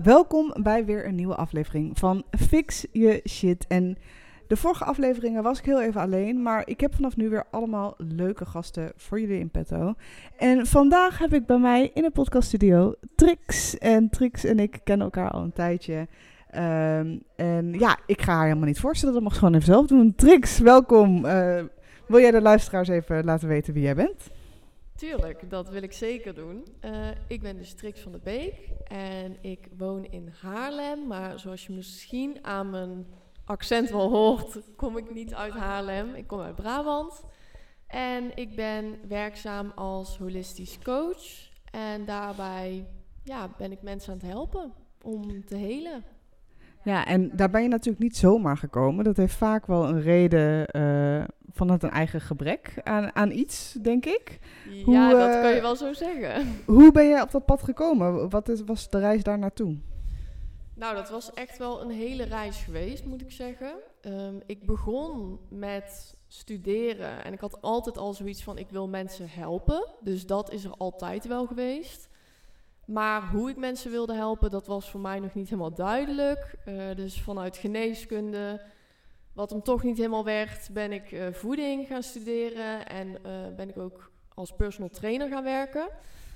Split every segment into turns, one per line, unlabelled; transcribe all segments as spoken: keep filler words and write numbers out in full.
welkom bij weer een nieuwe aflevering van Fix Je Shit. En de vorige afleveringen was ik heel even alleen, maar ik heb vanaf nu weer allemaal leuke gasten voor jullie in petto. En vandaag heb ik bij mij in de podcaststudio Trix. En Trix en ik kennen elkaar al een tijdje. Um, en ja, ik ga haar helemaal niet voorstellen, dat mag ze gewoon even zelf doen. Trix, welkom. Uh, wil jij de luisteraars even laten weten wie jij bent?
Tuurlijk, dat wil ik zeker doen. Uh, ik ben dus Trix van de Beek en ik woon in Haarlem. Maar zoals je misschien aan mijn accent wel hoort, kom ik niet uit Haarlem. Ik kom uit Brabant. En ik ben werkzaam als holistisch coach. En daarbij ja, ben ik mensen aan het helpen om te helen.
Ja, en daar ben je natuurlijk niet zomaar gekomen. Dat heeft vaak wel een reden uh, vanuit een eigen gebrek aan, aan iets, denk ik.
Ja,
hoe,
dat
uh,
kan je wel zo zeggen.
Hoe ben je op dat pad gekomen? Wat is, was de reis daar naartoe?
Nou, dat was echt wel een hele reis geweest, moet ik zeggen. Um, ik begon met studeren en ik had altijd al zoiets van, ik wil mensen helpen. Dus dat is er altijd wel geweest. Maar hoe ik mensen wilde helpen, dat was voor mij nog niet helemaal duidelijk. Uh, dus vanuit geneeskunde, wat hem toch niet helemaal werd, ben ik uh, voeding gaan studeren en uh, ben ik ook als personal trainer gaan werken.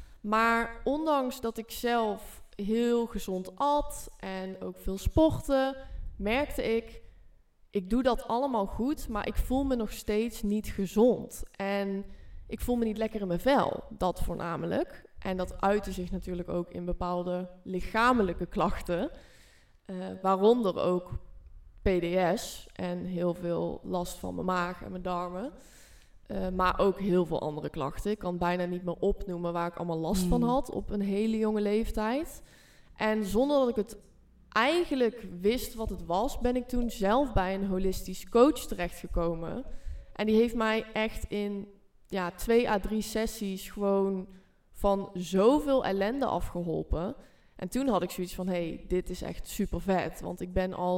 Maar ondanks dat ik zelf heel gezond at en ook veel sportte, merkte ik, ik doe dat allemaal goed, maar ik voel me nog steeds niet gezond. En ik voel me niet lekker in mijn vel, dat voornamelijk. En dat uitte zich natuurlijk ook in bepaalde lichamelijke klachten, uh, waaronder ook P D S en heel veel last van mijn maag en mijn darmen. Uh, maar ook heel veel andere klachten. Ik kan bijna niet meer opnoemen waar ik allemaal last mm. van had op een hele jonge leeftijd. En zonder dat ik het eigenlijk wist wat het was, ben ik toen zelf bij een holistisch coach terechtgekomen. En die heeft mij echt in ja, twee à drie sessies gewoon van zoveel ellende afgeholpen. En toen had ik zoiets van, hé, hey, dit is echt super vet. Want ik ben al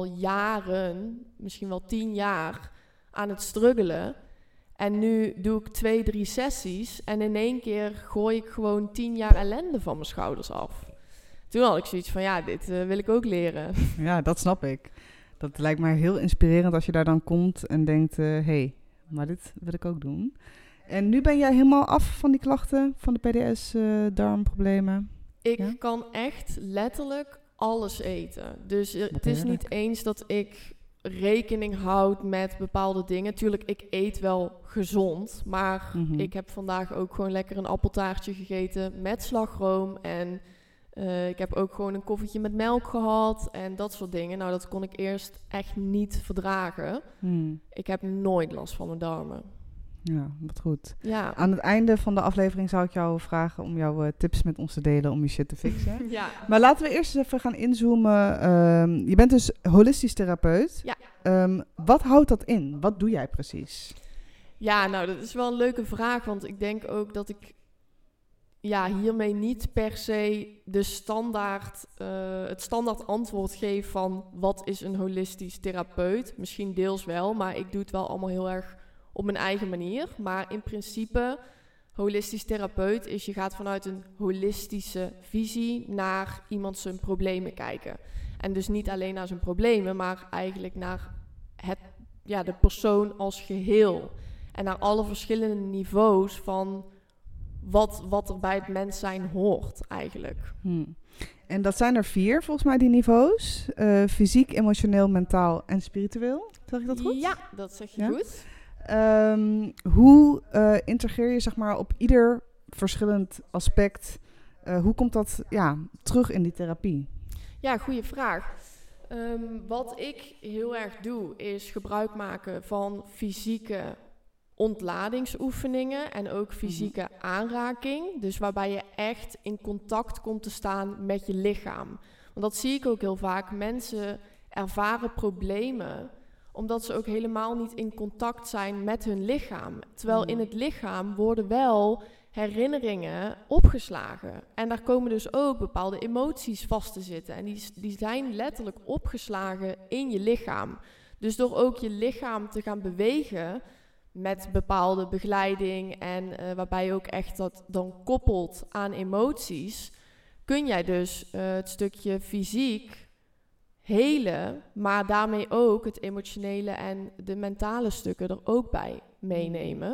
jaren, misschien wel tien jaar, aan het struggelen. En nu doe ik twee, drie sessies en in één keer gooi ik gewoon tien jaar ellende van mijn schouders af. Toen had ik zoiets van, ja, dit uh, wil ik ook leren.
Ja, dat snap ik. Dat lijkt mij heel inspirerend als je daar dan komt en denkt, hé, uh, hey, maar dit wil ik ook doen. En nu ben jij helemaal af van die klachten, van de P D S-darmproblemen? Uh,
ik ja? kan echt letterlijk alles eten. Dus uh, het is niet eens dat ik rekening houd met bepaalde dingen. Tuurlijk, ik eet wel gezond, maar mm-hmm. ik heb vandaag ook gewoon lekker een appeltaartje gegeten met slagroom. En uh, ik heb ook gewoon een koffietje met melk gehad en dat soort dingen. Nou, dat kon ik eerst echt niet verdragen. Mm. Ik heb nooit last van mijn darmen.
Ja, wat goed.
Ja.
Aan het einde van de aflevering zou ik jou vragen om jouw uh, tips met ons te delen om je shit te fixen.
Ja.
Maar laten we eerst eens even gaan inzoomen. Um, je bent dus holistisch therapeut.
Ja.
Um, wat houdt dat in? Wat doe jij precies?
Ja, nou, dat is wel een leuke vraag, want ik denk ook dat ik ja, hiermee niet per se de standaard, uh, het standaard antwoord geef van wat is een holistisch therapeut. Misschien deels wel, maar ik doe het wel allemaal heel erg op mijn eigen manier. Maar in principe, holistisch therapeut is je gaat vanuit een holistische visie naar iemand zijn problemen kijken. En dus niet alleen naar zijn problemen, maar eigenlijk naar het, ja, de persoon als geheel. En naar alle verschillende niveaus van wat, wat er bij het mens zijn hoort eigenlijk.
Hmm. En dat zijn er vier volgens mij, die niveaus. Uh, fysiek, emotioneel, mentaal en spiritueel. Zeg ik dat goed?
Ja, dat zeg je ja? goed.
Um, hoe uh, integreer je zeg maar op ieder verschillend aspect? Uh, hoe komt dat ja, terug in die therapie?
Ja, goede vraag. Um, wat ik heel erg doe is gebruik maken van fysieke ontladingsoefeningen en ook fysieke mm-hmm. aanraking. Dus waarbij je echt in contact komt te staan met je lichaam. Want dat zie ik ook heel vaak. Mensen ervaren problemen omdat ze ook helemaal niet in contact zijn met hun lichaam. Terwijl in het lichaam worden wel herinneringen opgeslagen. En daar komen dus ook bepaalde emoties vast te zitten. En die, die zijn letterlijk opgeslagen in je lichaam. Dus door ook je lichaam te gaan bewegen met bepaalde begeleiding en uh, waarbij je ook echt dat dan koppelt aan emoties, kun jij dus uh, het stukje fysiek helen, maar daarmee ook het emotionele en de mentale stukken er ook bij meenemen.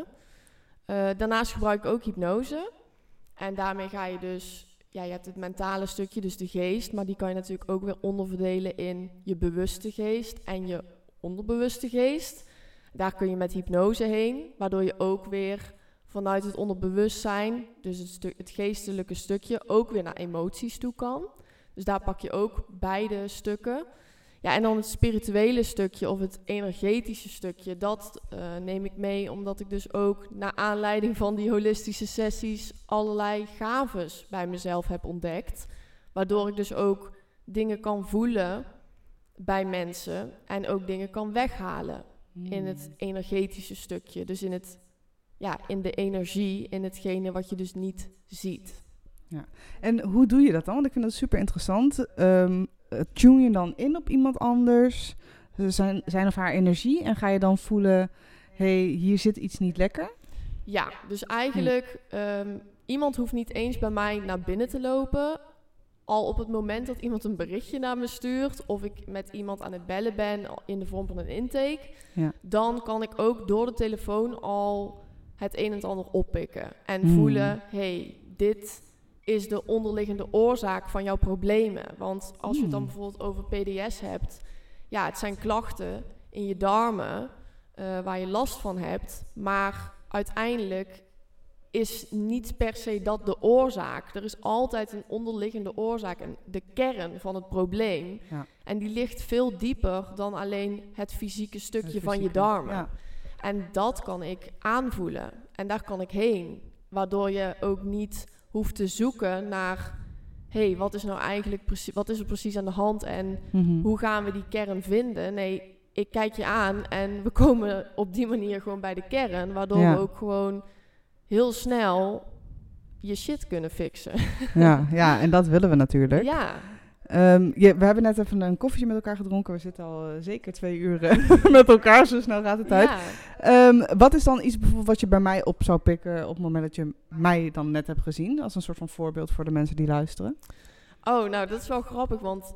Uh, daarnaast gebruik ik ook hypnose. En daarmee ga je dus, ja, je hebt het mentale stukje, dus de geest, maar die kan je natuurlijk ook weer onderverdelen in je bewuste geest en je onderbewuste geest. Daar kun je met hypnose heen, waardoor je ook weer vanuit het onderbewustzijn, dus het, stu- het geestelijke stukje, ook weer naar emoties toe kan. Dus daar pak je ook beide stukken. Ja, en dan het spirituele stukje of het energetische stukje, dat uh, neem ik mee omdat ik dus ook naar aanleiding van die holistische sessies allerlei gaves bij mezelf heb ontdekt. Waardoor ik dus ook dingen kan voelen bij mensen en ook dingen kan weghalen mm. in het energetische stukje. Dus in, het, ja, in de energie, in hetgene wat je dus niet ziet.
Ja. En hoe doe je dat dan? Want ik vind dat super interessant. Um, tune je dan in op iemand anders? Zijn, zijn of haar energie? En ga je dan voelen, hey, hier zit iets niet lekker?
Ja, dus eigenlijk, hm. um, iemand hoeft niet eens bij mij naar binnen te lopen. Al op het moment dat iemand een berichtje naar me stuurt, of ik met iemand aan het bellen ben in de vorm van een intake, ja. dan kan ik ook door de telefoon al het een en het ander oppikken. En hm. voelen, hey, dit is de onderliggende oorzaak van jouw problemen. Want als je het dan bijvoorbeeld over P D S hebt, ja, het zijn klachten in je darmen uh, waar je last van hebt, maar uiteindelijk is niet per se dat de oorzaak. Er is altijd een onderliggende oorzaak en de kern van het probleem. Ja. En die ligt veel dieper dan alleen het fysieke stukje het fysieke, van je darmen. Ja. En dat kan ik aanvoelen. En daar kan ik heen. Waardoor je ook niet hoeft te zoeken naar, hé, hey, wat is nou eigenlijk precies, wat is er precies aan de hand en mm-hmm. hoe gaan we die kern vinden? Nee, ik kijk je aan en we komen op die manier gewoon bij de kern, waardoor ja. we ook gewoon heel snel je shit kunnen fixen.
Ja, ja, en dat willen we natuurlijk.
Ja.
Um, je, we hebben net even een koffietje met elkaar gedronken. We zitten al uh, zeker twee uur uh, met elkaar, zo snel gaat het uit. Ja. Um, wat is dan iets bijvoorbeeld wat je bij mij op zou pikken op het moment dat je mij dan net hebt gezien? Als een soort van voorbeeld voor de mensen die luisteren.
Oh, nou dat is wel grappig, want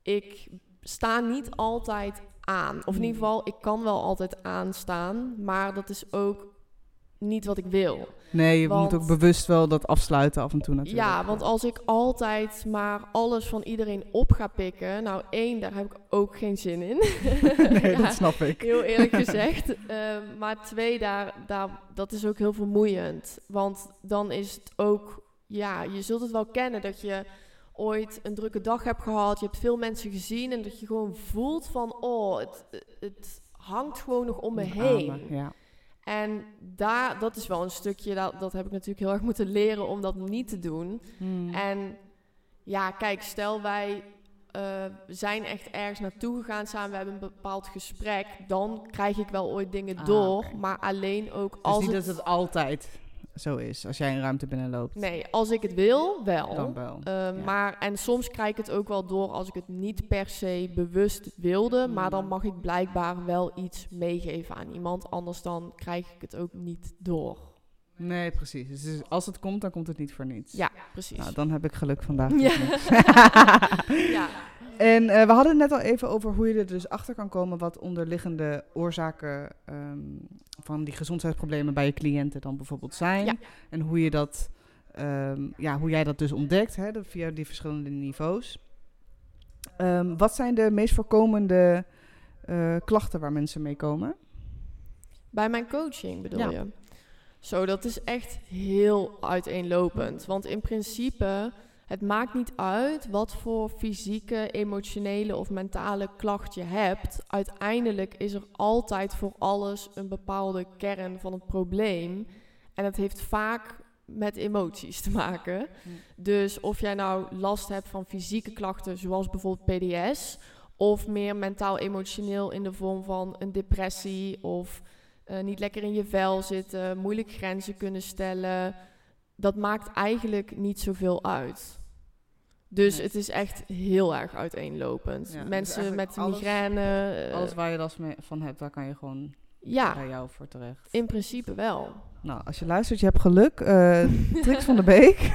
ik sta niet altijd aan. Of in ieder geval, ik kan wel altijd aanstaan, maar dat is ook niet wat ik wil.
Nee, je
want,
moet ook bewust wel dat afsluiten af en toe natuurlijk.
Ja, want als ik altijd maar alles van iedereen op ga pikken, nou één, daar heb ik ook geen zin in.
Nee,
ja,
dat snap ik.
Heel eerlijk gezegd. uh, maar twee, daar, daar, dat is ook heel vermoeiend. Want dan is het ook, ja, je zult het wel kennen dat je ooit een drukke dag hebt gehad, je hebt veel mensen gezien en dat je gewoon voelt van, oh, het, het hangt gewoon nog om me heen.
Arme, ja.
En daar, dat is wel een stukje, dat, dat heb ik natuurlijk heel erg moeten leren om dat niet te doen. Hmm. En ja, kijk, stel wij uh, zijn echt ergens naartoe gegaan samen, we hebben een bepaald gesprek, dan krijg ik wel ooit dingen ah, door, okay. maar alleen ook
dus
als
niet
het...
dat het altijd zo is, als jij een ruimte binnenloopt.
Nee, als ik het wil, wel.
Dan wel.
Uh,
ja.
maar, en soms krijg ik het ook wel door als ik het niet per se bewust wilde. Hmm. Maar dan mag ik blijkbaar wel iets meegeven aan iemand. Anders dan krijg ik het ook niet door.
Nee, precies. Dus als het komt, dan komt het niet voor niets.
Ja, precies.
Nou, dan heb ik geluk vandaag.
Ja. Ja.
En uh, we hadden het net al even over hoe je er dus achter kan komen wat onderliggende oorzaken um, van die gezondheidsproblemen bij je cliënten dan bijvoorbeeld zijn. Ja. En hoe je dat, um, ja, hoe jij dat dus ontdekt, hè, via die verschillende niveaus. Um, wat zijn de meest voorkomende uh, klachten waar mensen mee komen?
Bij mijn coaching bedoel
ja.
je? Zo, dat is echt heel uiteenlopend. Want in principe, het maakt niet uit wat voor fysieke, emotionele of mentale klacht je hebt. Uiteindelijk is er altijd voor alles een bepaalde kern van het probleem. En het heeft vaak met emoties te maken. Hm. Dus of jij nou last hebt van fysieke klachten, zoals bijvoorbeeld P D S, of meer mentaal-emotioneel in de vorm van een depressie of uh, niet lekker in je vel zitten, moeilijk grenzen kunnen stellen, dat maakt eigenlijk niet zoveel uit. Dus nee. Het is echt heel erg uiteenlopend. Ja, Mensen dus met
alles,
migraine.
Alles waar je last mee van hebt, daar kan je gewoon
Ja,
bij jou voor terecht.
in principe wel.
Nou, als je luistert, je hebt geluk. Uh, Trix van de Beek.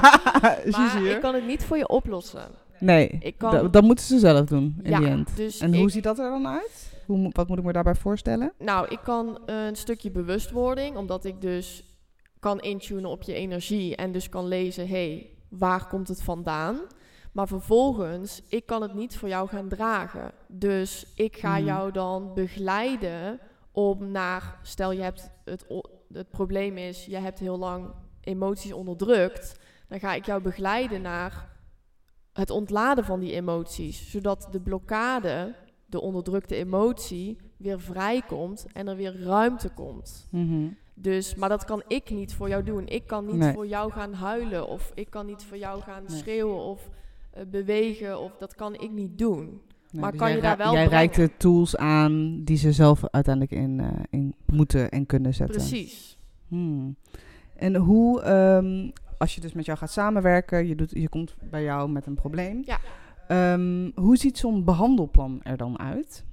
Maar ik kan het niet voor je oplossen.
Nee,
ik kan...
d- dat moeten ze zelf doen in
ja,
die end.
Dus
en
ik...
hoe ziet dat er dan uit? Hoe, wat moet ik me daarbij voorstellen?
Nou, ik kan een stukje bewustwording, omdat ik dus kan intunen op je energie en dus kan lezen, hé, hey, waar komt het vandaan? Maar vervolgens, ik kan het niet voor jou gaan dragen. Dus ik ga
hmm.
jou dan begeleiden om naar, stel je hebt het, het probleem is, je hebt heel lang emoties onderdrukt, dan ga ik jou begeleiden naar het ontladen van die emoties, zodat de blokkade, de onderdrukte emotie, weer vrijkomt en er weer ruimte komt.
Mm-hmm.
Dus, maar dat kan ik niet voor jou doen. Ik kan niet
nee.
voor jou gaan huilen of ik kan niet voor jou gaan
nee.
schreeuwen of uh, bewegen of dat kan ik niet doen.
Nee,
maar
dus
kan
jij
je daar wel
Jij
brengen.
reikt de tools aan die ze zelf uiteindelijk in, uh, in moeten en kunnen zetten.
Precies.
Hmm. En hoe, um, als je dus met jou gaat samenwerken, je, doet, je komt bij jou met een probleem.
Ja.
Um, hoe ziet zo'n behandelplan er dan uit?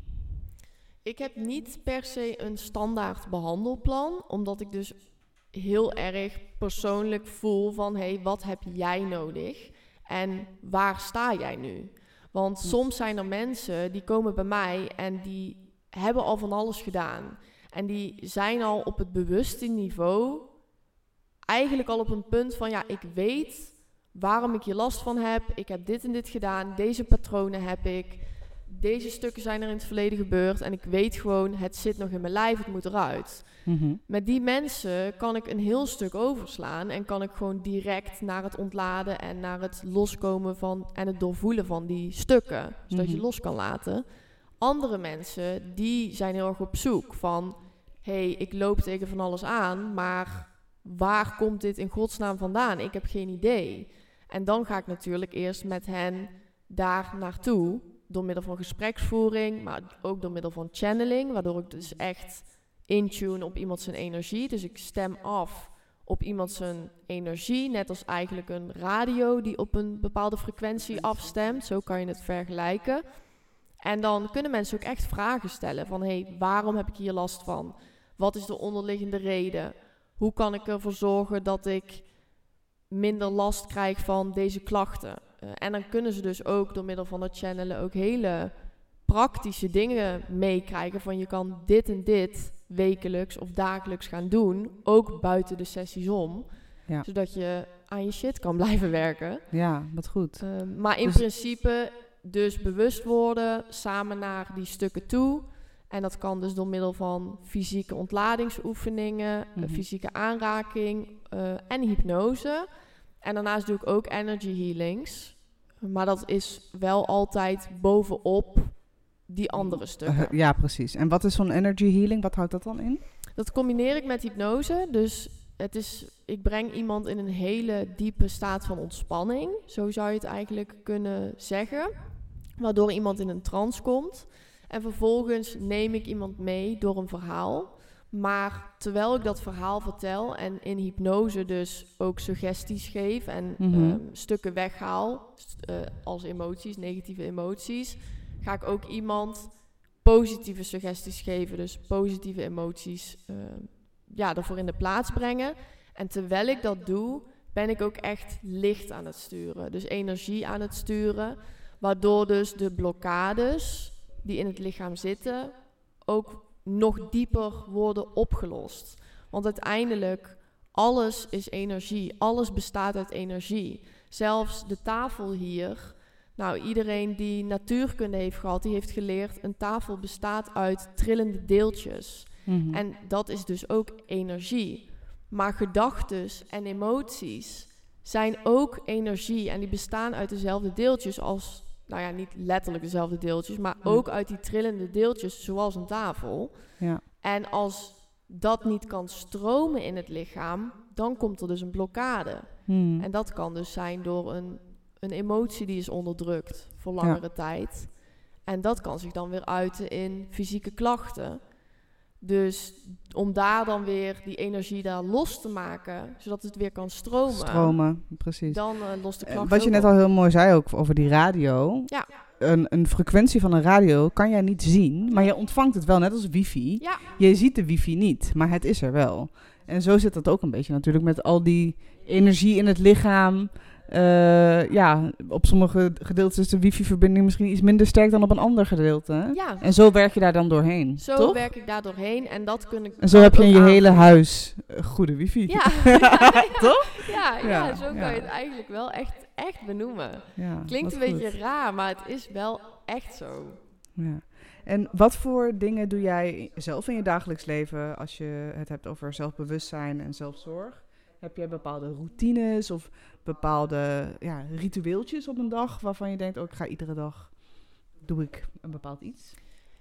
Ik heb niet per se een standaard behandelplan, omdat ik dus heel erg persoonlijk voel van, hé, hey, wat heb jij nodig en waar sta jij nu? Want soms zijn er mensen die komen bij mij en die hebben al van alles gedaan. En die zijn al op het bewuste niveau eigenlijk al op een punt van, ja, ik weet waarom ik hier last van heb. Ik heb dit en dit gedaan, deze patronen heb ik. Deze stukken zijn er in het verleden gebeurd en ik weet gewoon, het zit nog in mijn lijf, het moet eruit.
Mm-hmm.
Met die mensen kan ik een heel stuk overslaan en kan ik gewoon direct naar het ontladen en naar het loskomen van en het doorvoelen van die stukken, zodat
Mm-hmm.
je los kan laten. Andere mensen, die zijn heel erg op zoek van, hé, hey, ik loop tegen van alles aan, maar waar komt dit in godsnaam vandaan? Ik heb geen idee. En dan ga ik natuurlijk eerst met hen daar naartoe, door middel van gespreksvoering, maar ook door middel van channeling, waardoor ik dus echt intune op iemand zijn energie. Dus ik stem af op iemand zijn energie, net als eigenlijk een radio die op een bepaalde frequentie afstemt. Zo kan je het vergelijken. En dan kunnen mensen ook echt vragen stellen van, hé, hey, waarom heb ik hier last van? Wat is de onderliggende reden? Hoe kan ik ervoor zorgen dat ik minder last krijg van deze klachten? Uh, en dan kunnen ze dus ook door middel van het channelen ook hele praktische dingen meekrijgen. Van je kan dit en dit wekelijks of dagelijks gaan doen. Ook buiten de sessies om. Ja. Zodat je aan je shit kan blijven werken.
Ja, wat goed.
Uh, maar in
dus
principe dus bewust worden, samen naar die stukken toe. En dat kan dus door middel van fysieke ontladingsoefeningen, mm-hmm. fysieke aanraking uh, en hypnose. En daarnaast doe ik ook energy healings. Maar dat is wel altijd bovenop die andere stukken.
Uh, ja, precies. En wat is zo'n energy healing? Wat houdt dat dan in?
Dat combineer ik met hypnose. Dus het is, ik breng iemand in een hele diepe staat van ontspanning. Zo zou je het eigenlijk kunnen zeggen. Waardoor iemand in een trance komt. En vervolgens neem ik iemand mee door een verhaal. Maar terwijl ik dat verhaal vertel en in hypnose dus ook suggesties geef en mm-hmm. um, stukken weghaal, st- uh, als emoties, negatieve emoties, ga ik ook iemand positieve suggesties geven. Dus positieve emoties uh, ja, ervoor in de plaats brengen. En terwijl ik dat doe, ben ik ook echt licht aan het sturen. Dus energie aan het sturen. Waardoor dus de blokkades die in het lichaam zitten ook nog dieper worden opgelost. Want uiteindelijk, alles is energie. Alles bestaat uit energie. Zelfs de tafel hier. Nou, iedereen die natuurkunde heeft gehad, die heeft geleerd, een tafel bestaat uit trillende deeltjes. Mm-hmm. En dat is dus ook energie. Maar gedachtes en emoties zijn ook energie. En die bestaan uit dezelfde deeltjes als, nou ja, niet letterlijk dezelfde deeltjes, maar ja. ook uit die trillende deeltjes, zoals een tafel. Ja. En als dat niet kan stromen in het lichaam, dan komt er dus een blokkade. Hmm. En dat kan dus zijn door een, een emotie die is onderdrukt voor langere ja. tijd. En dat kan zich dan weer uiten in fysieke klachten. Dus om daar dan weer die energie daar los te maken, zodat het weer kan stromen.
Stromen, precies.
Dan uh, lost de klacht.
Uh, wat je net
op.
al heel mooi zei ook over die radio.
Ja.
een, een frequentie van een radio kan jij niet zien, maar je ontvangt het wel, net als wifi.
Ja.
Je ziet de wifi niet, maar het is er wel. En zo zit dat ook een beetje natuurlijk met al die energie in het lichaam. Uh, ja, op sommige gedeeltes is de wifi-verbinding misschien iets minder sterk dan op een ander gedeelte.
Ja.
En zo werk je daar dan doorheen,
Zo
toch?
werk ik daar doorheen en dat kun ik.
En zo heb je in je
ook
hele
aanvoelen.
huis uh, goede wifi.
Ja.
Toch?
Ja, ja,
Ja,
zo kan
ja.
je het eigenlijk wel echt, echt benoemen.
Ja,
Klinkt
wat
een
goed.
beetje raar, maar het is wel echt zo.
Ja. En wat voor dingen doe jij zelf in je dagelijks leven als je het hebt over zelfbewustzijn en zelfzorg? Heb jij bepaalde routines of bepaalde ja, ritueeltjes op een dag waarvan je denkt, oh, ik ga iedere dag, doe ik een bepaald iets?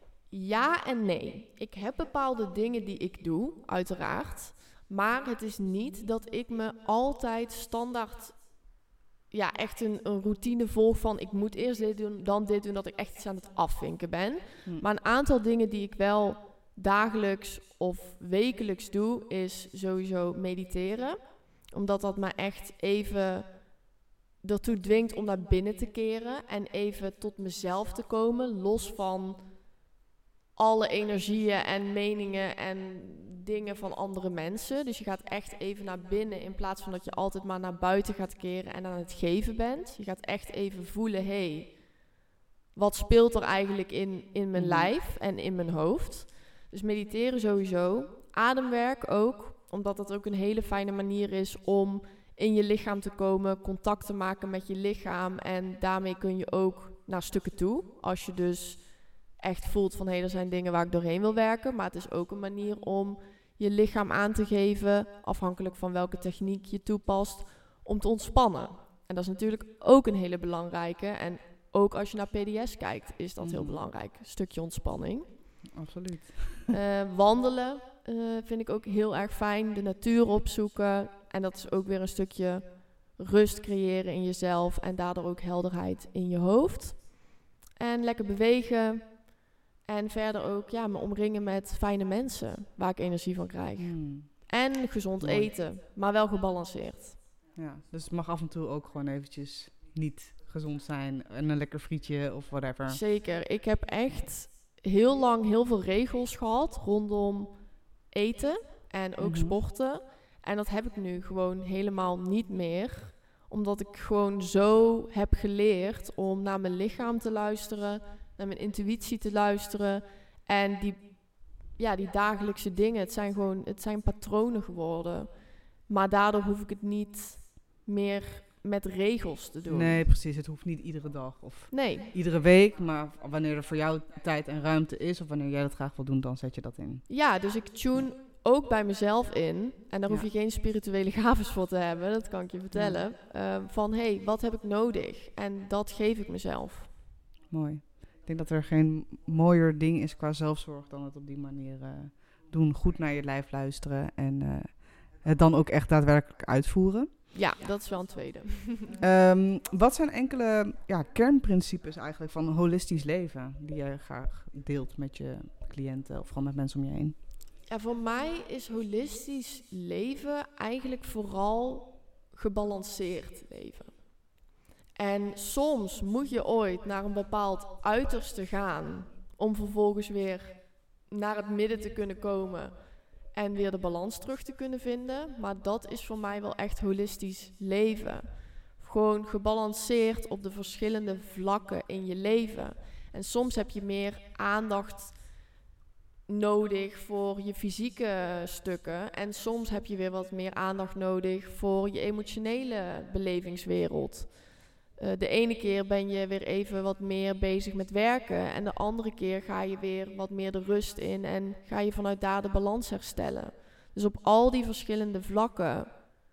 Ja en nee. Ik heb bepaalde dingen die ik doe, uiteraard. Maar het is niet dat ik me altijd standaard, ja, echt een, een routine volg van ik moet eerst dit doen, dan dit doen, dat ik echt iets aan het afvinken ben.
Hm.
Maar een aantal dingen die ik wel dagelijks of wekelijks doe, is sowieso mediteren. Omdat dat me echt even ertoe dwingt om naar binnen te keren en even tot mezelf te komen, los van alle energieën en meningen en dingen van andere mensen. Dus je gaat echt even naar binnen in plaats van dat je altijd maar naar buiten gaat keren en aan het geven bent. Je gaat echt even voelen, hé, hey, wat speelt er eigenlijk in, in mijn lijf en in mijn hoofd? Dus mediteren sowieso. Ademwerk ook, omdat dat ook een hele fijne manier is om in je lichaam te komen, contact te maken met je lichaam. En daarmee kun je ook naar stukken toe. Als je dus echt voelt van, hé, hey, er zijn dingen waar ik doorheen wil werken. Maar het is ook een manier om je lichaam aan te geven, afhankelijk van welke techniek je toepast, om te ontspannen. En dat is natuurlijk ook een hele belangrijke. En ook als je naar P D S kijkt, is dat heel belangrijk. Een stukje ontspanning.
Absoluut.
Uh, wandelen uh, vind ik ook heel erg fijn. De natuur opzoeken. En dat is ook weer een stukje rust creëren in jezelf. En daardoor ook helderheid in je hoofd. En lekker bewegen. En verder ook ja, me omringen met fijne mensen. Waar ik energie van krijg.
Hmm.
En gezond
Mooi.
eten. Maar wel gebalanceerd.
Ja, dus het mag af en toe ook gewoon eventjes niet gezond zijn. En een lekker frietje of whatever.
Zeker. Ik heb echt heel lang heel veel regels gehad rondom eten en ook
Mm-hmm.
sporten. En dat heb ik nu gewoon helemaal niet meer. Omdat ik gewoon zo heb geleerd om naar mijn lichaam te luisteren, naar mijn intuïtie te luisteren. En die, ja, die dagelijkse dingen, het zijn gewoon, het zijn patronen geworden. Maar daardoor hoef ik het niet meer met regels te doen.
Nee, precies. Het hoeft niet iedere dag of
Nee.
iedere week. Maar wanneer er voor jou tijd en ruimte is of wanneer jij dat graag wil doen, dan zet je dat in.
Ja, dus ik tune ook bij mezelf in. En daar hoef
Ja.
je geen spirituele gaves voor te hebben, dat kan ik je vertellen. Uh, van, hé, hey, wat heb ik nodig? En dat geef ik mezelf.
Mooi. Ik denk dat er geen mooier ding is qua zelfzorg dan het op die manier uh, doen. Goed naar je lijf luisteren en uh, het dan ook echt daadwerkelijk uitvoeren.
Ja, dat is wel een tweede.
um, wat zijn enkele ja, kernprincipes eigenlijk van holistisch leven die jij graag deelt met je cliënten of gewoon met mensen om je heen?
Ja, voor mij is holistisch leven eigenlijk vooral gebalanceerd leven. En soms moet je ooit naar een bepaald uiterste gaan om vervolgens weer naar het midden te kunnen komen en weer de balans terug te kunnen vinden. Maar dat is voor mij wel echt holistisch leven. Gewoon gebalanceerd op de verschillende vlakken in je leven. En soms heb je meer aandacht nodig voor je fysieke stukken. En soms heb je weer wat meer aandacht nodig voor je emotionele belevingswereld. Uh, de ene keer ben je weer even wat meer bezig met werken. En de andere keer ga je weer wat meer de rust in. En ga je vanuit daar de balans herstellen. Dus op al die verschillende vlakken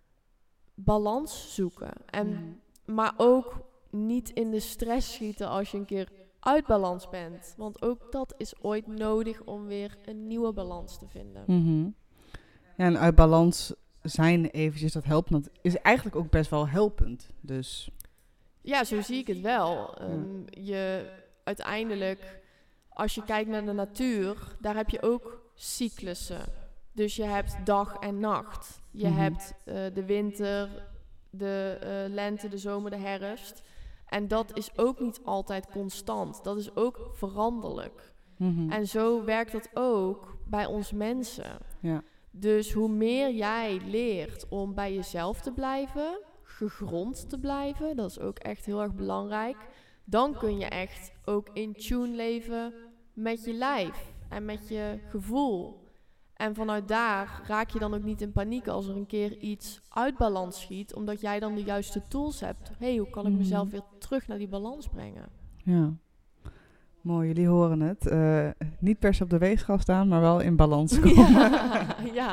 balans zoeken. En, mm. Maar ook niet in de stress schieten als je een keer uit balans bent. Want ook dat is ooit nodig om weer een nieuwe balans te vinden.
Mm-hmm. Ja, en uit balans zijn eventjes, dat helpt. Dat is eigenlijk ook best wel helpend. Dus
ja, zo zie ik het wel. Um, je uiteindelijk, als je kijkt naar de natuur, daar heb je ook cyclussen. Dus je hebt dag en nacht. Je mm-hmm. hebt uh, de winter, de uh, lente, de zomer, de herfst. En dat is ook niet altijd constant. Dat is ook veranderlijk.
Mm-hmm.
En zo werkt dat ook bij ons mensen.
Ja.
Dus hoe meer jij leert om bij jezelf te blijven, gegrond te blijven, dat is ook echt heel erg belangrijk, dan kun je echt ook in tune leven met je lijf en met je gevoel. En vanuit daar raak je dan ook niet in paniek als er een keer iets uit balans schiet, omdat jij dan de juiste tools hebt. Hé, hey, hoe kan ik mezelf weer terug naar die balans brengen?
Ja. Mooi, jullie horen het. Uh, niet per se op de weegschaal staan, maar wel in balans komen.
Ja, ja.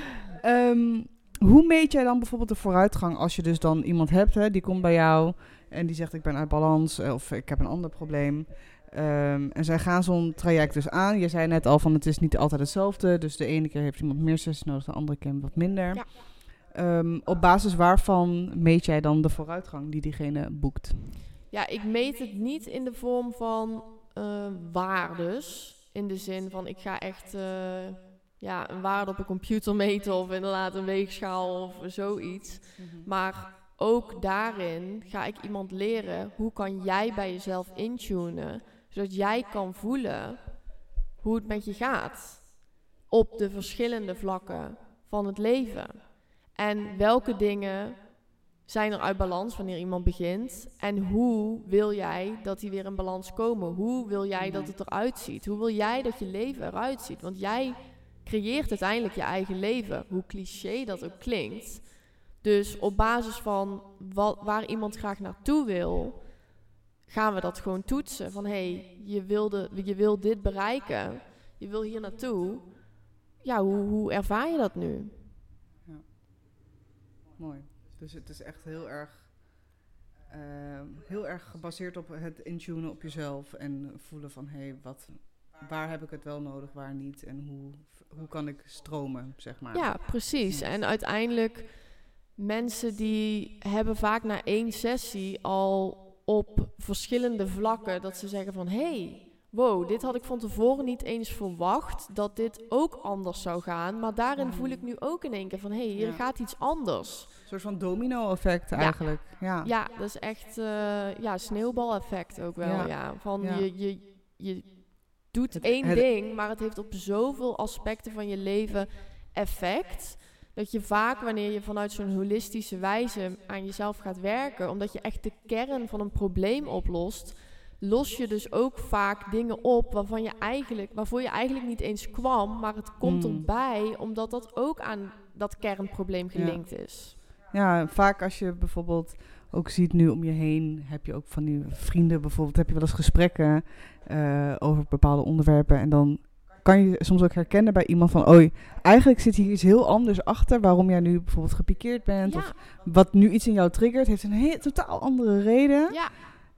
um, hoe meet jij dan bijvoorbeeld de vooruitgang als je dus dan iemand hebt, hè, die komt bij jou en die zegt ik ben uit balans of ik heb een ander probleem. Um, en zij gaan zo'n traject dus aan. Je zei net al van het is niet altijd hetzelfde. Dus de ene keer heeft iemand meer sessies nodig, de andere keer wat minder. Ja. Um, op basis waarvan meet jij dan de vooruitgang die diegene boekt?
Ja, ik meet het niet in de vorm van uh, waardes. In de zin van ik ga echt uh, ja, een waarde op een computer meten of inderdaad een weegschaal of zoiets. Mm-hmm. Maar ook daarin ga ik iemand leren hoe kan jij bij jezelf intunen, zodat jij kan voelen hoe het met je gaat op de verschillende vlakken van het leven. En welke dingen zijn er uit balans wanneer iemand begint? En hoe wil jij dat die weer in balans komen? Hoe wil jij dat het eruit ziet? Hoe wil jij dat je leven eruit ziet? Want jij creëert uiteindelijk je eigen leven, hoe cliché dat ook klinkt. Dus op basis van wat, waar iemand graag naartoe wil, gaan we dat gewoon toetsen. Van hé, hey, je, wilde, je wil dit bereiken, je wil hier naartoe. Ja, hoe, hoe ervaar je dat nu?
Ja. Mooi. Dus het is echt heel erg, uh, heel erg gebaseerd op het intunen op jezelf en voelen van hé, hey, wat, waar heb ik het wel nodig, waar niet en hoe, hoe kan ik stromen, zeg maar.
Ja, precies. En uiteindelijk, mensen die hebben vaak na één sessie al op verschillende vlakken dat ze zeggen van hé, hey, wow, dit had ik van tevoren niet eens verwacht, dat dit ook anders zou gaan. Maar daarin voel ik nu ook in één keer van hé, hey, hier ja. gaat iets anders.
Een soort van domino-effect eigenlijk.
Ja,
ja.
ja dat is echt uh, ja, sneeuwbal-effect ook wel. Ja. Ja. Van ja. Je, je, je doet het, één het, ding, maar het heeft op zoveel aspecten van je leven effect, dat je vaak, wanneer je vanuit zo'n holistische wijze aan jezelf gaat werken, omdat je echt de kern van een probleem oplost, los je dus ook vaak dingen op waarvan je eigenlijk, waarvoor je eigenlijk niet eens kwam, maar het komt mm. erbij, omdat dat ook aan dat kernprobleem gelinkt ja. is.
Ja, vaak als je bijvoorbeeld ook ziet nu om je heen, heb je ook van die vrienden bijvoorbeeld, heb je wel eens gesprekken uh, over bepaalde onderwerpen en dan kan je soms ook herkennen bij iemand van, oei, eigenlijk zit hier iets heel anders achter waarom jij nu bijvoorbeeld gepikeerd bent ja. of wat nu iets in jou triggert, heeft een heel, totaal andere reden.
Ja.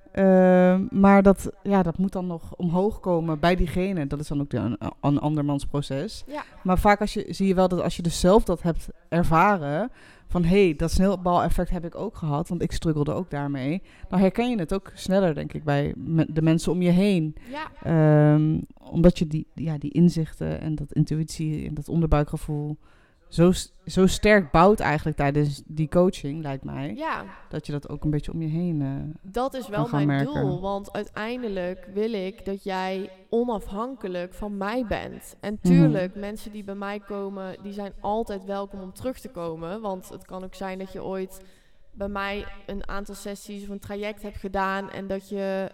Uh, maar dat, ja, dat moet dan nog omhoog komen bij diegene. Dat is dan ook de, een, een andermans proces.
Ja.
Maar vaak als je, zie je wel dat als je dus zelf dat hebt ervaren, van hé, hey, dat sneeuwbaleffect heb ik ook gehad, want ik struggelde ook daarmee. Dan herken je het ook sneller, denk ik, bij me, de mensen om je heen.
Ja.
Um, omdat je die, ja, die inzichten en dat intuïtie en dat onderbuikgevoel zo, zo sterk bouwt eigenlijk tijdens die coaching, lijkt mij.
Ja.
Dat je dat ook een beetje om je heen uh,
Dat is wel mijn
merken.
doel, want uiteindelijk wil ik dat jij onafhankelijk van mij bent. En tuurlijk, mm-hmm. mensen die bij mij komen, die zijn altijd welkom om terug te komen. Want het kan ook zijn dat je ooit bij mij een aantal sessies of een traject hebt gedaan en dat je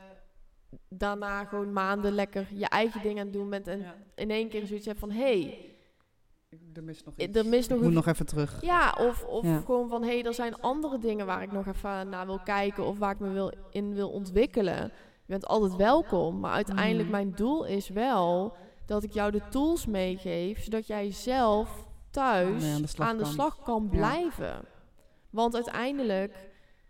daarna gewoon maanden lekker je eigen ding aan het doen bent en ja. in één keer zoiets hebt van hé, hey,
er mist nog iets.
Er mist nog
ik moet
een...
nog even terug.
Ja, of, of
ja. gewoon
van hé, hey, er zijn andere dingen waar ik nog even naar wil kijken of waar ik me wil, in wil ontwikkelen. Je bent altijd welkom, maar uiteindelijk mm. mijn doel is wel dat ik jou de tools meegeef, zodat jij zelf thuis nee, aan de slag aan de kan, slag kan blijven. Ja. Want uiteindelijk,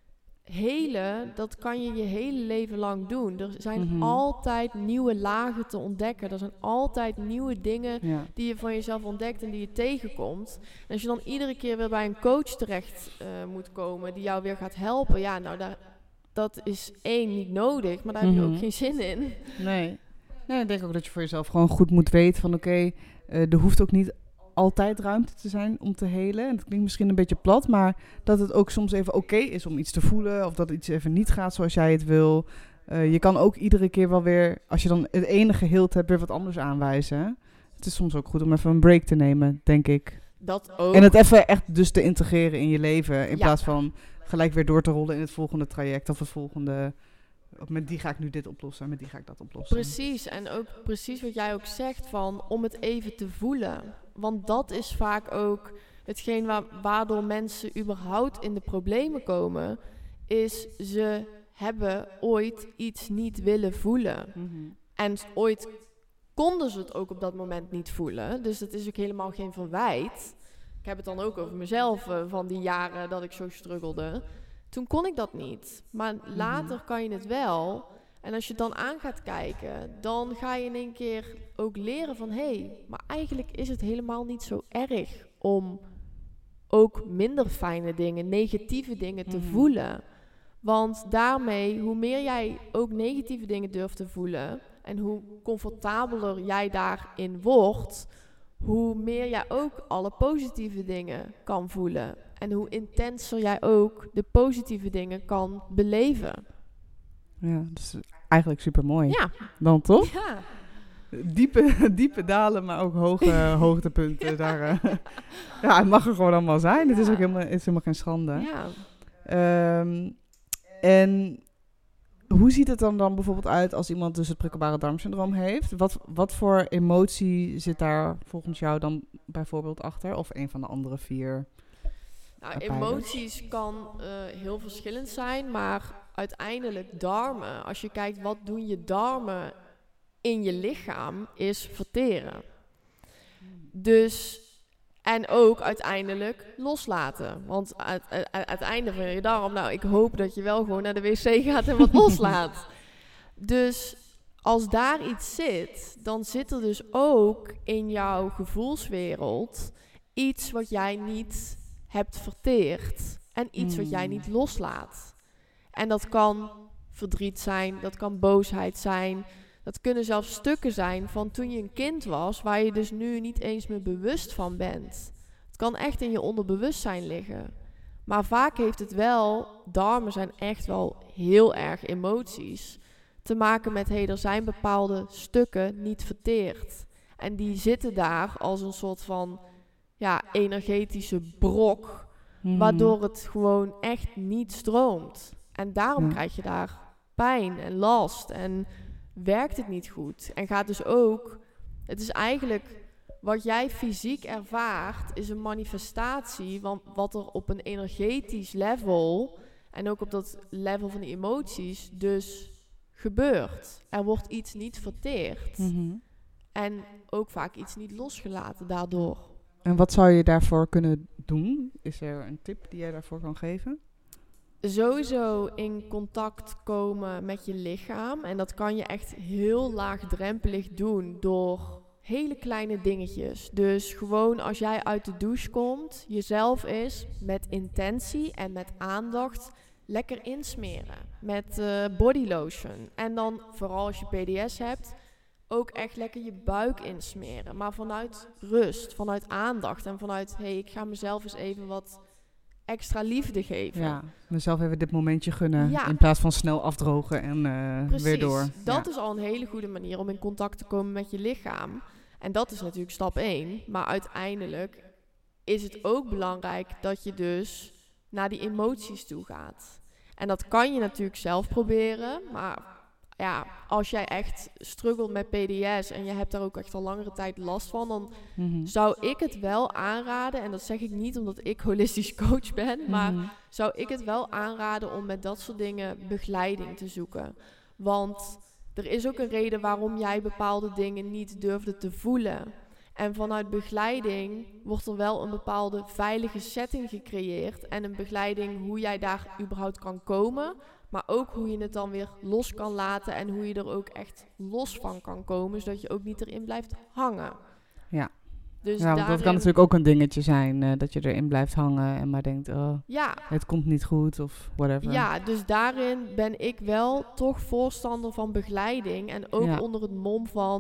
helen, dat kan je je hele leven lang doen. Er zijn mm-hmm. altijd nieuwe lagen te ontdekken. Er zijn altijd nieuwe dingen ja. die je van jezelf ontdekt en die je tegenkomt. En als je dan iedere keer weer bij een coach terecht uh, moet komen die jou weer gaat helpen, ja, nou, daar, dat is één, niet nodig, maar daar mm-hmm. heb je ook geen zin in.
Nee. nee, ik denk ook dat je voor jezelf gewoon goed moet weten van oké, okay, uh, er hoeft ook niet altijd ruimte te zijn om te helen. En dat klinkt misschien een beetje plat, maar dat het ook soms even oké is om iets te voelen. Of dat iets even niet gaat zoals jij het wil. Uh, je kan ook iedere keer wel weer, als je dan het ene geheeld hebt, weer wat anders aanwijzen. Het is soms ook goed om even een break te nemen, denk ik.
Dat ook.
En het even echt dus te integreren in je leven. In
Ja.
plaats van gelijk weer door te rollen in het volgende traject. Of het volgende, of met die ga ik nu dit oplossen en met die ga ik dat oplossen.
Precies, en ook precies wat jij ook zegt van om het even te voelen. Want dat is vaak ook hetgeen wa- waardoor mensen überhaupt in de problemen komen. Is ze hebben ooit iets niet willen voelen.
Mm-hmm.
En ooit konden ze het ook op dat moment niet voelen. Dus dat is ook helemaal geen verwijt. Ik heb het dan ook over mezelf uh, van die jaren dat ik zo struggelde. Toen kon ik dat niet. Maar later kan je het wel. En als je het dan aan gaat kijken, dan ga je in één keer ook leren van... hé, hey, maar eigenlijk is het helemaal niet zo erg om ook minder fijne dingen, negatieve dingen te
Mm-hmm.
voelen. Want daarmee, hoe meer jij ook negatieve dingen durft te voelen... en hoe comfortabeler jij daarin wordt... hoe meer jij ook alle positieve dingen kan voelen. En hoe intenser jij ook de positieve dingen kan beleven.
Ja, dat is eigenlijk super mooi.
Ja.
Dan toch?
Ja.
Diepe, diepe dalen, maar ook hoge hoogtepunten.
Ja.
Daar, uh, ja, het mag er gewoon allemaal zijn. Het
Ja.
is ook helemaal, het is helemaal geen schande.
Ja.
Um, en hoe ziet het dan, dan bijvoorbeeld uit als iemand dus het prikkelbare darmsyndroom heeft? Wat, wat voor emotie zit daar volgens jou dan bijvoorbeeld achter? Of een van de andere vier?
Nou, emoties kan uh, heel verschillend zijn, maar uiteindelijk darmen. Als je kijkt wat doen je darmen in je lichaam, is verteren. Dus, en ook uiteindelijk loslaten. Want aan het einde van je darm, nou, ik hoop dat je wel gewoon naar de wc gaat en wat loslaat. Dus als daar iets zit, dan zit er dus ook in jouw gevoelswereld iets wat jij niet hebt verteerd. En iets wat jij niet loslaat. En dat kan verdriet zijn, dat kan boosheid zijn. Dat kunnen zelfs stukken zijn van toen je een kind was, waar je dus nu niet eens meer bewust van bent. Het kan echt in je onderbewustzijn liggen. Maar vaak heeft het wel, darmen zijn echt wel heel erg emoties, te maken met, hé, hey, er zijn bepaalde stukken niet verteerd. En die zitten daar als een soort van, ja, energetische brok,
Hmm.
waardoor het gewoon echt niet stroomt. En daarom
Ja.
krijg je daar pijn en last en werkt het niet goed. En gaat dus ook, het is eigenlijk wat jij fysiek ervaart, is een manifestatie van wat er op een energetisch level en ook op dat level van die emoties dus gebeurt. Er wordt iets niet verteerd.
Mm-hmm.
En ook vaak iets niet losgelaten daardoor.
En wat zou je daarvoor kunnen doen? Is er een tip die jij daarvoor kan geven?
Sowieso in contact komen met je lichaam. En dat kan je echt heel laagdrempelig doen door hele kleine dingetjes. Dus gewoon als jij uit de douche komt, jezelf is met intentie en met aandacht lekker insmeren. Met uh, body lotion. En dan, vooral als je P D S hebt, ook echt lekker je buik insmeren. Maar vanuit rust, vanuit aandacht en vanuit, hé, hey, ik ga mezelf eens even wat extra liefde geven.
Ja, mezelf even dit momentje gunnen.
Ja.
In plaats van snel afdrogen en uh,
Precies,
weer door.
Dat
ja.
is al een hele goede manier om in contact te komen met je lichaam. En dat is natuurlijk stap één. Maar uiteindelijk is het ook belangrijk dat je dus naar die emoties toe gaat. En dat kan je natuurlijk zelf proberen. Maar ja, als jij echt struggelt met P D S en je hebt daar ook echt al langere tijd last van, dan
Mm-hmm.
zou ik het wel aanraden, en dat zeg ik niet omdat ik holistisch coach ben, maar
Mm-hmm.
zou ik het wel aanraden om met dat soort dingen begeleiding te zoeken. Want er is ook een reden waarom jij bepaalde dingen niet durfde te voelen. En vanuit begeleiding wordt er wel een bepaalde veilige setting gecreëerd en een begeleiding hoe jij daar überhaupt kan komen, maar ook hoe je het dan weer los kan laten en hoe je er ook echt los van kan komen, zodat je ook niet erin blijft hangen.
Ja.
Dus
ja, want
daarin,
dat kan natuurlijk ook een dingetje zijn, uh, dat je erin blijft hangen en maar denkt, oh,
ja,
het komt niet goed of whatever.
ja, dus daarin ben ik wel toch voorstander van begeleiding en ook
Ja.
onder het mom van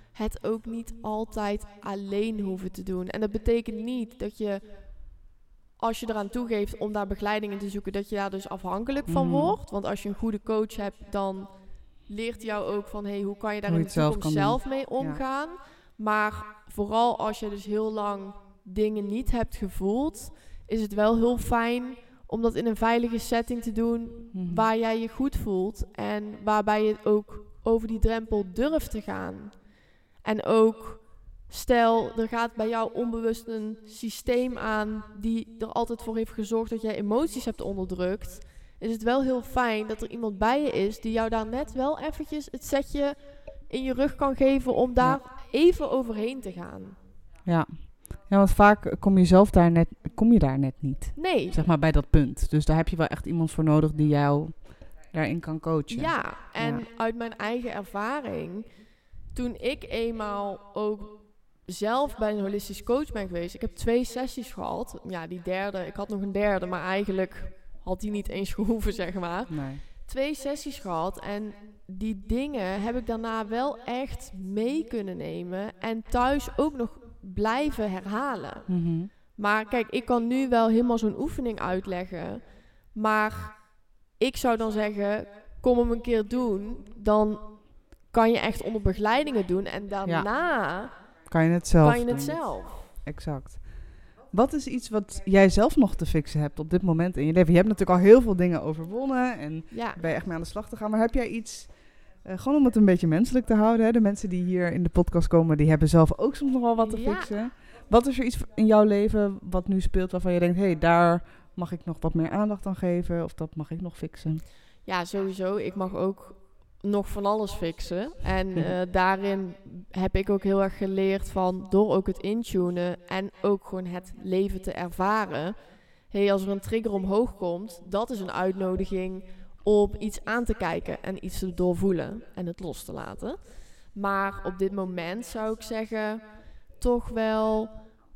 het ook niet altijd alleen hoeven te doen. En dat betekent niet dat je, als je eraan toegeeft om daar begeleiding in te zoeken, dat je daar dus afhankelijk van
Mhm.
wordt. Want als je een goede coach hebt, dan leert jou ook van, hey, hoe kan je daar
Hoe
in
je
de
het zelf
toekomst
kan doen.
zelf mee omgaan. Maar vooral als je dus heel lang dingen niet hebt gevoeld, is het wel heel fijn om dat in een veilige setting te doen,
Mhm.
waar jij je goed voelt en waarbij je ook over die drempel durft te gaan. En ook, stel, er gaat bij jou onbewust een systeem aan die er altijd voor heeft gezorgd dat jij emoties hebt onderdrukt, is het wel heel fijn dat er iemand bij je is die jou daar net wel eventjes het setje in je rug kan geven om daar even overheen te gaan.
Ja. Ja, want vaak kom je zelf daar net, kom je daar net niet.
Nee.
Zeg maar bij dat punt. Dus daar heb je wel echt iemand voor nodig die jou daarin kan coachen.
Ja, en
Ja.
uit mijn eigen ervaring, toen ik eenmaal ook zelf bij een holistisch coach ben geweest, ik heb twee sessies gehad. Ja, die derde, ik had nog een derde, maar eigenlijk had die niet eens gehoeven, zeg maar.
Nee.
Twee sessies gehad en die dingen heb ik daarna wel echt mee kunnen nemen en thuis ook nog blijven herhalen.
Mhm.
Maar kijk, ik kan nu wel helemaal zo'n oefening uitleggen, maar ik zou dan zeggen, kom hem een keer doen, dan kan je echt onder begeleidingen doen en daarna
Kan je het zelf
kan je het
doen.
zelf.
Exact. Wat is iets wat jij zelf nog te fixen hebt op dit moment in je leven? Je hebt natuurlijk al heel veel dingen overwonnen en
Ja.
ben je echt mee aan de slag te gaan. Maar heb jij iets, uh, gewoon om het een beetje menselijk te houden, hè? De mensen die hier in de podcast komen, die hebben zelf ook soms nog wel wat te
Ja.
fixen. Wat is er iets in jouw leven wat nu speelt waarvan je denkt, hé, hey, daar mag ik nog wat meer aandacht aan geven of dat mag ik nog fixen?
Ja, sowieso. Ik mag ook nog van alles fixen. En uh, daarin heb ik ook heel erg geleerd van, door ook het intunen en ook gewoon het leven te ervaren. Hey, als er een trigger omhoog komt, dat is een uitnodiging om iets aan te kijken en iets te doorvoelen en het los te laten. Maar op dit moment zou ik zeggen, toch wel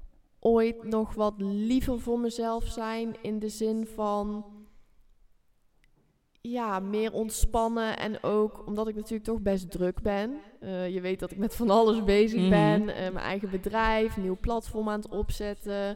ooit nog wat liever voor mezelf zijn in de zin van, ja, meer ontspannen en ook omdat ik natuurlijk toch best druk ben. Uh, je weet dat ik met van alles bezig
Mhm.
ben. Uh, mijn eigen bedrijf, een nieuw platform aan het opzetten.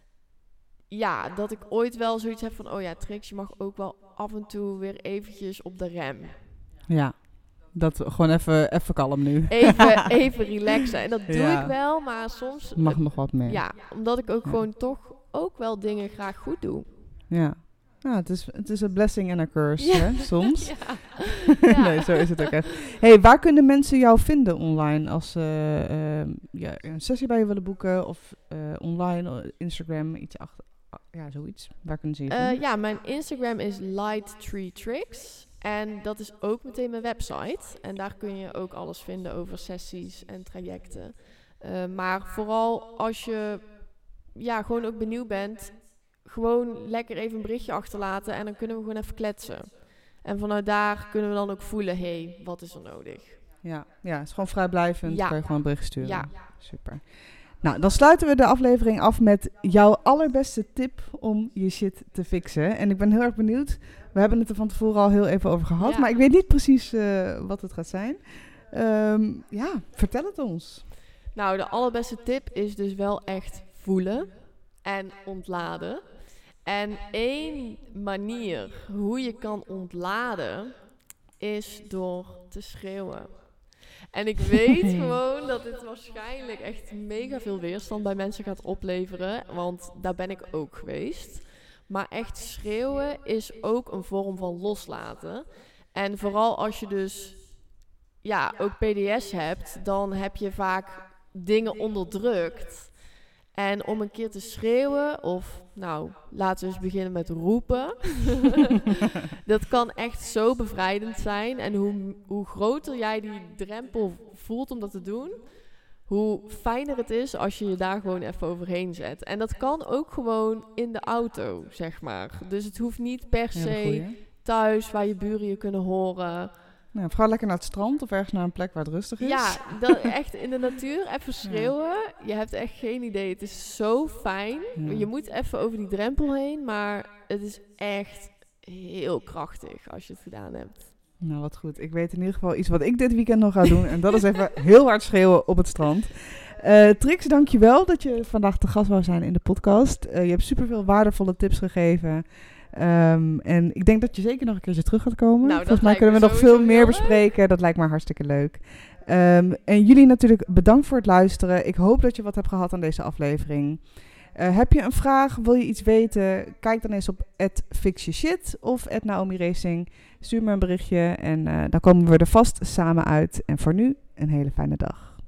Ja, dat ik ooit wel zoiets heb van, oh ja, Trix, je mag ook wel af en toe weer eventjes op de rem.
Ja, dat gewoon even, even kalm nu.
Even, even relaxen. En dat doe
Ja.
ik wel, maar soms,
Mag nog wat meer.
ja, omdat ik ook
Ja.
gewoon toch ook wel dingen graag goed doe.
Ja. Ja, het is, het is een blessing en a curse,
Ja.
hè, soms.
Ja. Ja.
Nee, zo is het ook echt. Hey, waar kunnen mensen jou vinden online als ze uh, ja, een sessie bij je willen boeken of uh, online, Instagram, iets achter, ja, zoiets. Waar kunnen ze je vinden?
Uh, ja, mijn Instagram is Lighttreetricks en dat is ook meteen mijn website. En daar kun je ook alles vinden over sessies en trajecten. Uh, maar vooral als je ja, gewoon ook benieuwd bent, gewoon lekker even een berichtje achterlaten en dan kunnen we gewoon even kletsen. En vanuit daar kunnen we dan ook voelen, hé, hey, wat is er nodig?
Ja, ja, het is gewoon vrijblijvend.
Ja.
Kan je gewoon een bericht sturen.
Ja.
Super. Nou, dan sluiten we de aflevering af met jouw allerbeste tip om je shit te fixen. En ik ben heel erg benieuwd. We hebben het er van tevoren al heel even over gehad,
Ja.
maar ik weet niet precies uh, wat het gaat zijn. Um, ja, vertel het ons.
Nou, de allerbeste tip is dus wel echt voelen en ontladen. En één manier hoe je kan ontladen is door te schreeuwen. En ik weet gewoon dat dit waarschijnlijk echt mega veel weerstand bij mensen gaat opleveren. Want daar ben ik ook geweest. Maar echt schreeuwen is ook een vorm van loslaten. En vooral als je dus ja, ook P D S hebt, dan heb je vaak dingen onderdrukt. En om een keer te schreeuwen, of nou, laten we eens beginnen met roepen. Dat kan echt zo bevrijdend zijn. En hoe, hoe groter jij die drempel voelt om dat te doen, hoe fijner het is als je je daar gewoon even overheen zet. En dat kan ook gewoon in de auto, zeg maar. Dus het hoeft niet per se thuis, waar je buren je kunnen horen.
Nou, vooral lekker naar het strand of ergens naar een plek waar het rustig is.
Ja, dat, echt in de natuur even schreeuwen. Ja. Je hebt echt geen idee. Het is zo fijn. Ja. Je moet even over die drempel heen, maar het is echt heel krachtig als je het gedaan hebt.
Nou, wat goed. Ik weet in ieder geval iets wat ik dit weekend nog ga doen. En dat is even heel hard schreeuwen op het strand. Uh, Trix, dankjewel dat je vandaag te gast wou zijn in de podcast. Uh, je hebt superveel waardevolle tips gegeven. Um, en ik denk dat je zeker nog een keertje terug gaat komen.
Nou,
Volgens mij kunnen we nog veel meer bespreken. Dat lijkt me hartstikke leuk. Um, en jullie natuurlijk bedankt voor het luisteren. Ik hoop dat je wat hebt gehad aan deze aflevering. Uh, heb je een vraag? Wil je iets weten? Kijk dan eens op at fix your shit of at Naomi Racing. Stuur me een berichtje en uh, dan komen we er vast samen uit. En voor nu, een hele fijne dag.